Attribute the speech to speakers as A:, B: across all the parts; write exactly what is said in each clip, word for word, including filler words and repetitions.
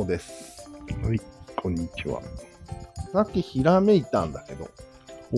A: もです。
B: はい、こんにちは。
A: さっきひらめいたんだけど、
B: お、うん、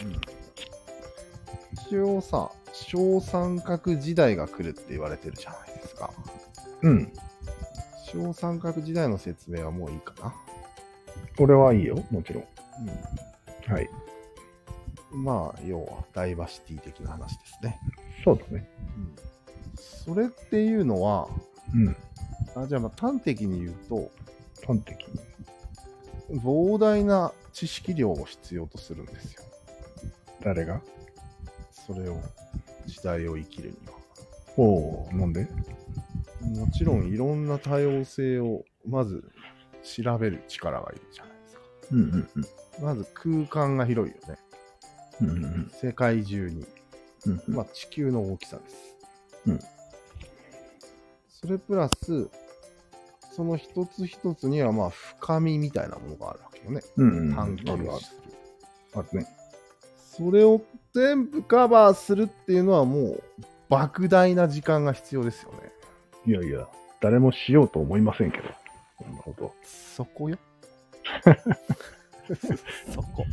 A: 一応さ、小三角時代が来るって言われてるじゃないですか。
B: うん。
A: 小三角時代の説明はもういいかな。
B: 俺はいいよ、もちろん。
A: うん、
B: はい。
A: まあ、要はダイバーシティ的な話ですね。
B: そうだね。
A: うん、それっていうのは、
B: うん。
A: あじゃあまあ端的に言うと、
B: 端的に。
A: 膨大な知識量を必要とするんですよ。
B: 誰が？
A: それを、時代を生きるには。
B: おー、なんで？
A: もちろんいろんな多様性をまず調べる力がいるじゃないですか。
B: うんうんうん。
A: まず空間が広いよね。
B: うんうんうん、
A: 世界中に。
B: うんうん、
A: まあ地球の大きさです。
B: うん。
A: それプラス、その一つ一つにはまあ深みみたいなものがあるわけよね。
B: うんうん。
A: 探求する。
B: あるね。
A: それを全部カバーするっていうのはもう莫大な時間が必要ですよね。
B: いやいや、誰もしようと思いませんけど。そんなこと。
A: そこよ。そこ。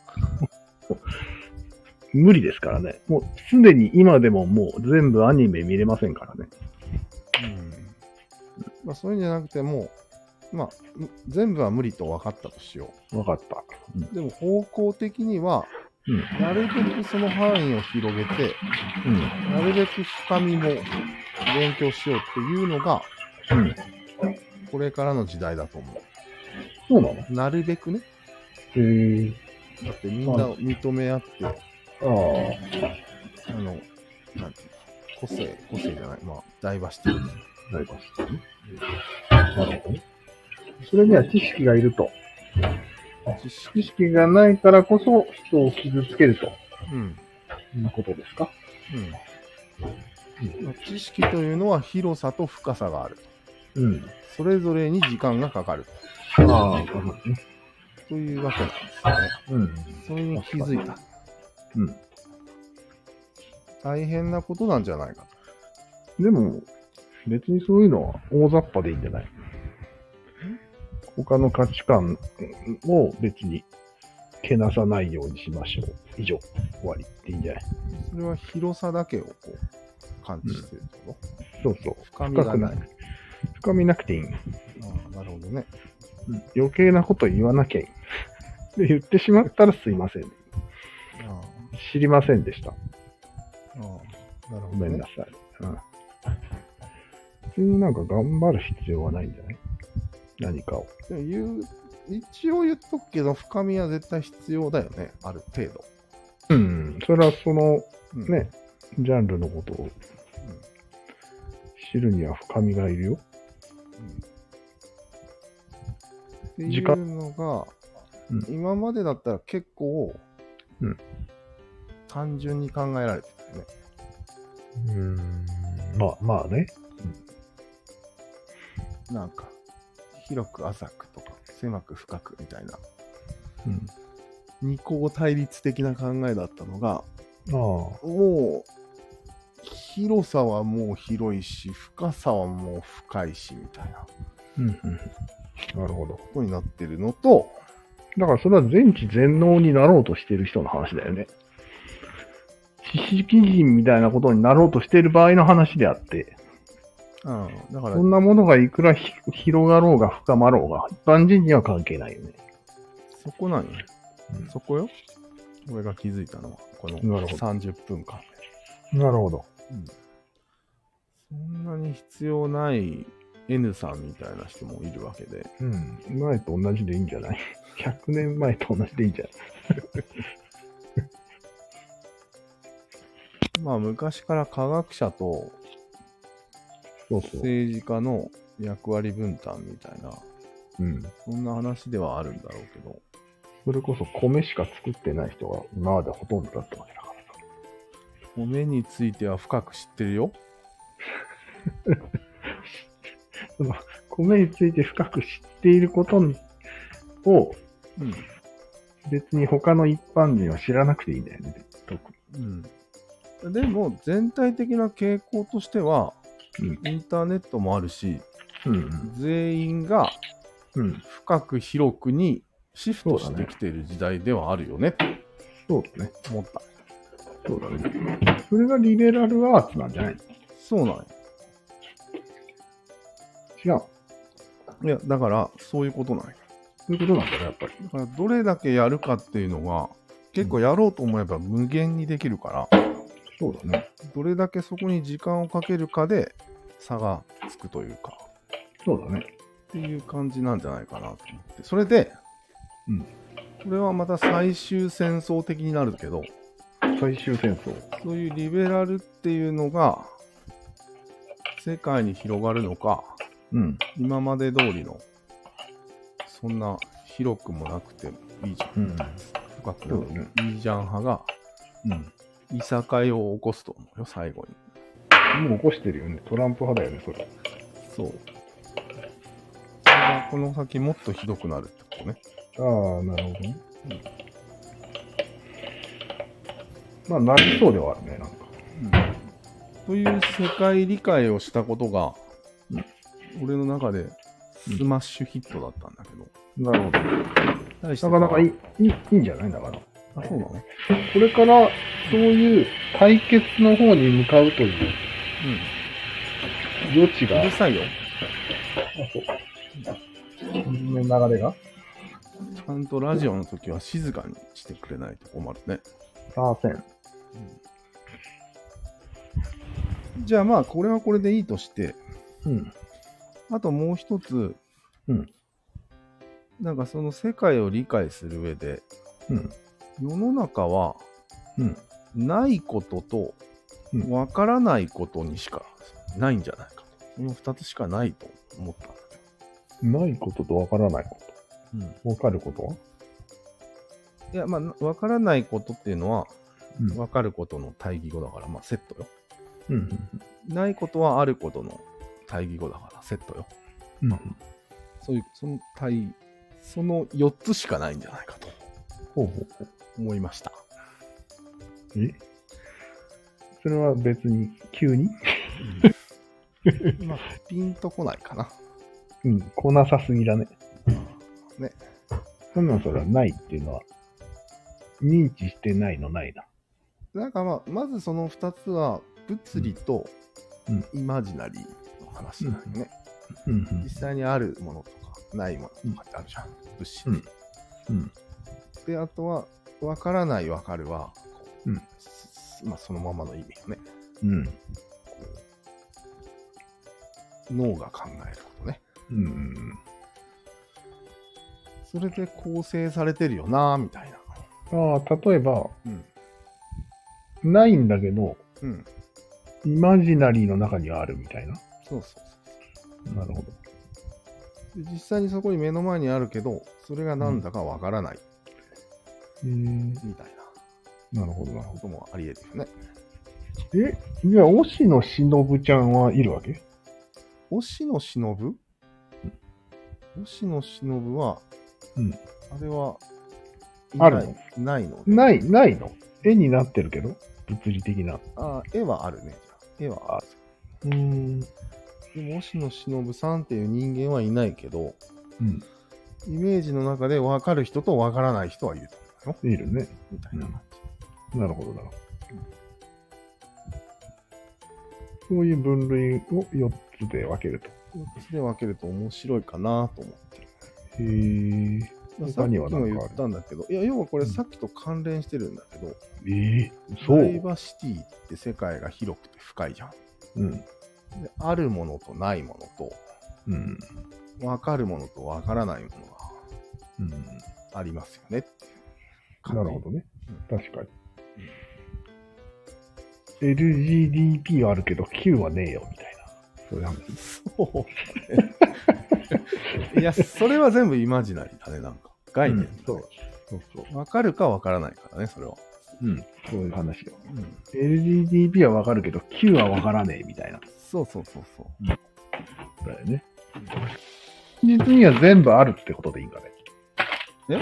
B: 無理ですからね。もうすでに今でももう全部アニメ見れませんからね。
A: うんまあ、そういうんじゃなくても、まあ、全部は無理と分かったとしよ
B: う。分かった。
A: うん、でも方向的には、
B: うん、
A: なるべくその範囲を広げて、うん、なるべく深みも勉強しようっていうのが、うん、これからの時代だと思う。
B: そうなの？
A: なるべくね。
B: へー。
A: だってみんな認め合って、ああ、あの、なんていうの、個性、個性じゃない、まあ、ダイバーシティ。
B: ダイバーシティね。なるほど。それには知識がいると。知識、知識がないからこそ人を傷つけると。うん。そんなことですか？
A: うん。うん、知識というのは広さと深さがある。
B: うん。そ
A: れぞれに時間がかかる。
B: ああ、なるほどね。
A: というわけなんですよね。うん。それに気づいた。うん。大変なことなんじゃないか
B: と。でも、別にそういうのは大雑把でいいんじゃない？他の価値観を別にけなさないようにしましょう。以上。終わりっていいんじゃない？
A: それは広さだけをこう感知してるってこと？
B: うん、そうそう。
A: 深みがない。
B: 深みなくていい。あ
A: あ、なるほどね、
B: うん。余計なこと言わなきゃいい。で、言ってしまったらすいません。あ知りませんでした。あなるほど、ね、ごめんなさい。うん。別になんか頑張る必要はないんじゃない？何かを。
A: でも言う、一応言っとくけど、深みは絶対必要だよね、ある程度。
B: うん、それはその、うん、ね、ジャンルのことを知るには深みがいるよ。うん、っていうのが、うん、今までだったら結構、うん、単純に考えられてたよね。 うーん、まあまあね。
A: うん、なんか、広く浅くとか、狭く深くみたいな、うん、二項対立的な考えだったのが、あもう、広さはもう広いし、深さはもう深いし、みたいな。
B: うんうん、なるほど。
A: ことになってるのと、
B: だからそれは全知全能になろうとしてる人の話だよね。知識人みたいなことになろうとしている場合の話であって、うん、だからそんなものがいくら広がろうが深まろうが、一般人には関係ないよね。
A: そこなんよ、うん。そこよ。俺が気づいたのは、このさんじゅっぷんかん
B: で。なるほど。
A: うん。そんなに必要ない N さんみたいな人もいるわけで。
B: うん。前と同じでいいんじゃない ?ひゃく 年前と同じでいいんじゃない
A: まあ昔から科学者と政治家の役割分担みたいな、うん、そんな話ではあるんだろうけど、
B: それこそ米しか作ってない人が今までほとんどだったわけだからさ。
A: 米については深く知ってるよ。
B: その米について深く知っていることを、うん、別に他の一般人は知らなくていいんだよね、特に。うん、
A: でも全体的な傾向としては、うん、インターネットもあるし、
B: うん、
A: 全員が深く広くにシフトしてきている時代ではあるよね。
B: そうだね。
A: 思った。
B: そうだね。それがリベラルアーツなんじゃないの？
A: そうなん
B: や。違
A: う。いや、だからそういうことなんや。
B: そういうことなんだね、やっぱり。
A: だからどれだけやるかっていうのが結構やろうと思えば無限にできるから、
B: そうだね。
A: どれだけそこに時間をかけるかで差がつくというか、
B: そうだね。
A: っていう感じなんじゃないかなと思って、それで、
B: うん、
A: これはまた最終戦争的になるけど、
B: 最終戦争。
A: そういうリベラルっていうのが世界に広がるのか、
B: うん、
A: 今まで通りのそんな広くもなくてもいいじゃん、うん、深くもいいじゃん派が、うん、いさかいを起こすと思うよ、最後
B: に。もう起こしてるよね。トランプ派だよね、それ。
A: そう。それがこの先もっとひどくなるってことね。
B: ああ、なるほどね。うん、まあ、なりそうではあるね、なんか。
A: うん、という世界理解をしたことが、うん、俺の中でスマッシュヒットだったんだけど。
B: うん、なるほど。なかなかいい、いい、いいんじゃないだから。
A: あ、そうなの？
B: これからそういう対決の方に向かうという、うん、余地が。
A: うるさいよ。
B: あ、そう。の流れが
A: ちゃんとラジオの時は静かにしてくれないと困るね。
B: さあせん。うん、
A: じゃあまあこれはこれでいいとして、
B: うん、
A: あともう一つ、
B: うん、
A: なんかその世界を理解する上で、うん、世の中は、うん、ないこととわからないことにしかないんじゃないかと。この二つしかないと思ったんだけ
B: ど。ないこととわからないこと。うん、わかることは？
A: いや、まあ、わからないことっていうのは、うん、わかることの対義語だから、まあ、セットよ。うんうんうん、ないことはあることの対義語だから、セットよ。うんうん、そういう、その対、そのよっつしかないんじゃないかと。
B: ほうほうほう
A: 思いました。
B: え？それは別に、急に、
A: うん、まあ、ピンとこないかな。
B: うん、来なさすぎだね。
A: ね。
B: そんなんそれはないっていうのは、認知してないのないな。
A: なんかまあ、まずその二つは、物理とイマジナリーの話なんよね。うんうんうん、実際にあるものとか、ないものとかってあるじゃん。物質、うんうん。で、あとは、わからないわかるは、うん、まあ、そのままの意味よね。うん、こう脳が考えることね。うんうん、それで構成されてるよなみたいな。
B: ああ、例えば、うん、ないんだけど、うん、イマジナリーの中にはあるみたいな。
A: そうそうそう。
B: なるほど。
A: で実際にそこに目の前にあるけど、それが何だかわからない。うん、みたい
B: な。なるほどな。
A: こともあり得るよね。
B: え、じゃあ、押野忍ちゃんはいるわけ？
A: 押野忍？押野忍は、うん、あれは、
B: あるの？
A: ないの？
B: ない、ないの？絵になってるけど物理的な。
A: ああ、絵はあるね。絵はある。うーん。でも、押野忍さんっていう人間はいないけど、うん、イメージの中で分かる人と分からない人はいると思う
B: よ。いるね。
A: みたいな感
B: じ。なるほど、なるほど。うん、そういう分類をよっつで分けると。
A: よっつで分けると面白いかなと思ってる。
B: へー。
A: さっきも言ったんだけど、いや、要はこれさっきと関連してるんだけど、うん、
B: えー、そう。
A: ダイバーシティって世界が広くて深いじゃん。うん。で、あるものとないものと、うん。わかるものとわからないものが、うん、ありますよねっていう。
B: なるほどね。うん、確かに。うん、エルジーディーピー はあるけど Q はねえよみたいな。そういう話。
A: そう、ね。いや、それは全部イマジナリーだね、なんか。概念、ねうん。そう。そうそう。わかるかわからないからね、それは。
B: うん。そういう話よ。うん、エルジーディーピー はわかるけど Q はわからねえみたいな。
A: そうそうそうそう。うん、
B: だよね。うん、実には全部あるってことでいいんかね。
A: え？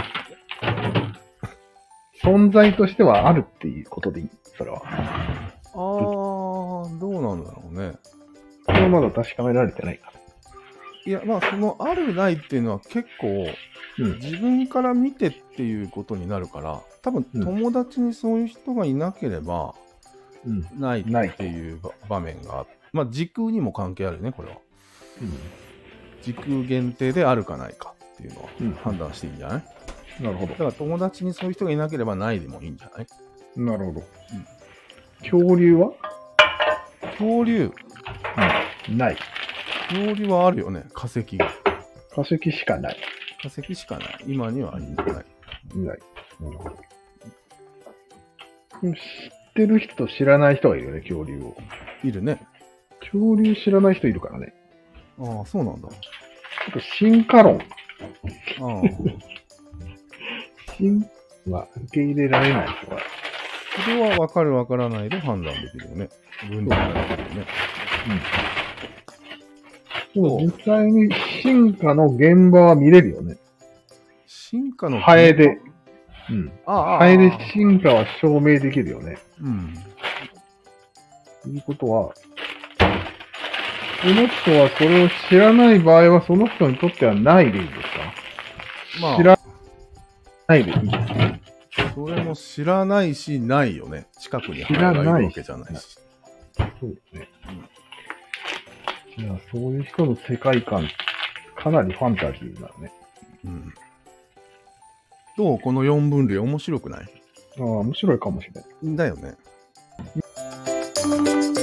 B: 存在としてはあるっていうことでいい？それは。
A: ああ、どうなんだろうね。
B: それはまだ確かめられてないから。
A: いや、まあ、そのあるないっていうのは結構、うん、自分から見てっていうことになるから、多分友達にそういう人がいなければ、うん、ないっていう場面があって、まあ、時空にも関係あるね、これは。うん、時空限定であるかないかっていうのは判断していいんじゃない、
B: うん、なるほど。
A: だから友達にそういう人がいなければないでもいいんじゃない？
B: なるほど。うん、恐竜は？
A: 恐竜、
B: うん、ない。
A: 恐竜はあるよね、化石が。
B: 化石しかない。
A: 化石しかない。今にはいない。いない。
B: なるほど。知ってる人と知らない人がいるよね、恐竜を。
A: いるね。
B: 恐竜知らない人いるからね。
A: ああ、そうなんだ。
B: あと、進化論。ああ。進は受け入れられない人が。
A: それは分かる分からないで判断できるよね。分離ができるよね。
B: うん。でも実際に進化の現場は見れるよね。
A: 進化の現
B: 場？ハエで。うん。ああ。ハエで進化は証明できるよね。うん。ということは、その人はそれを知らない場合は、その人にとってはないでいいですか？まあ、知らないでいいですか？
A: それも知らないし、ないよね。近くにハエがいるわけじゃないし。
B: そうですね。うん、いや、そういう人の世界観、かなりファンタジーだね。うん。
A: どう？このよんぶん類面白くない？
B: ああ、面白いかもしれない。
A: だよね。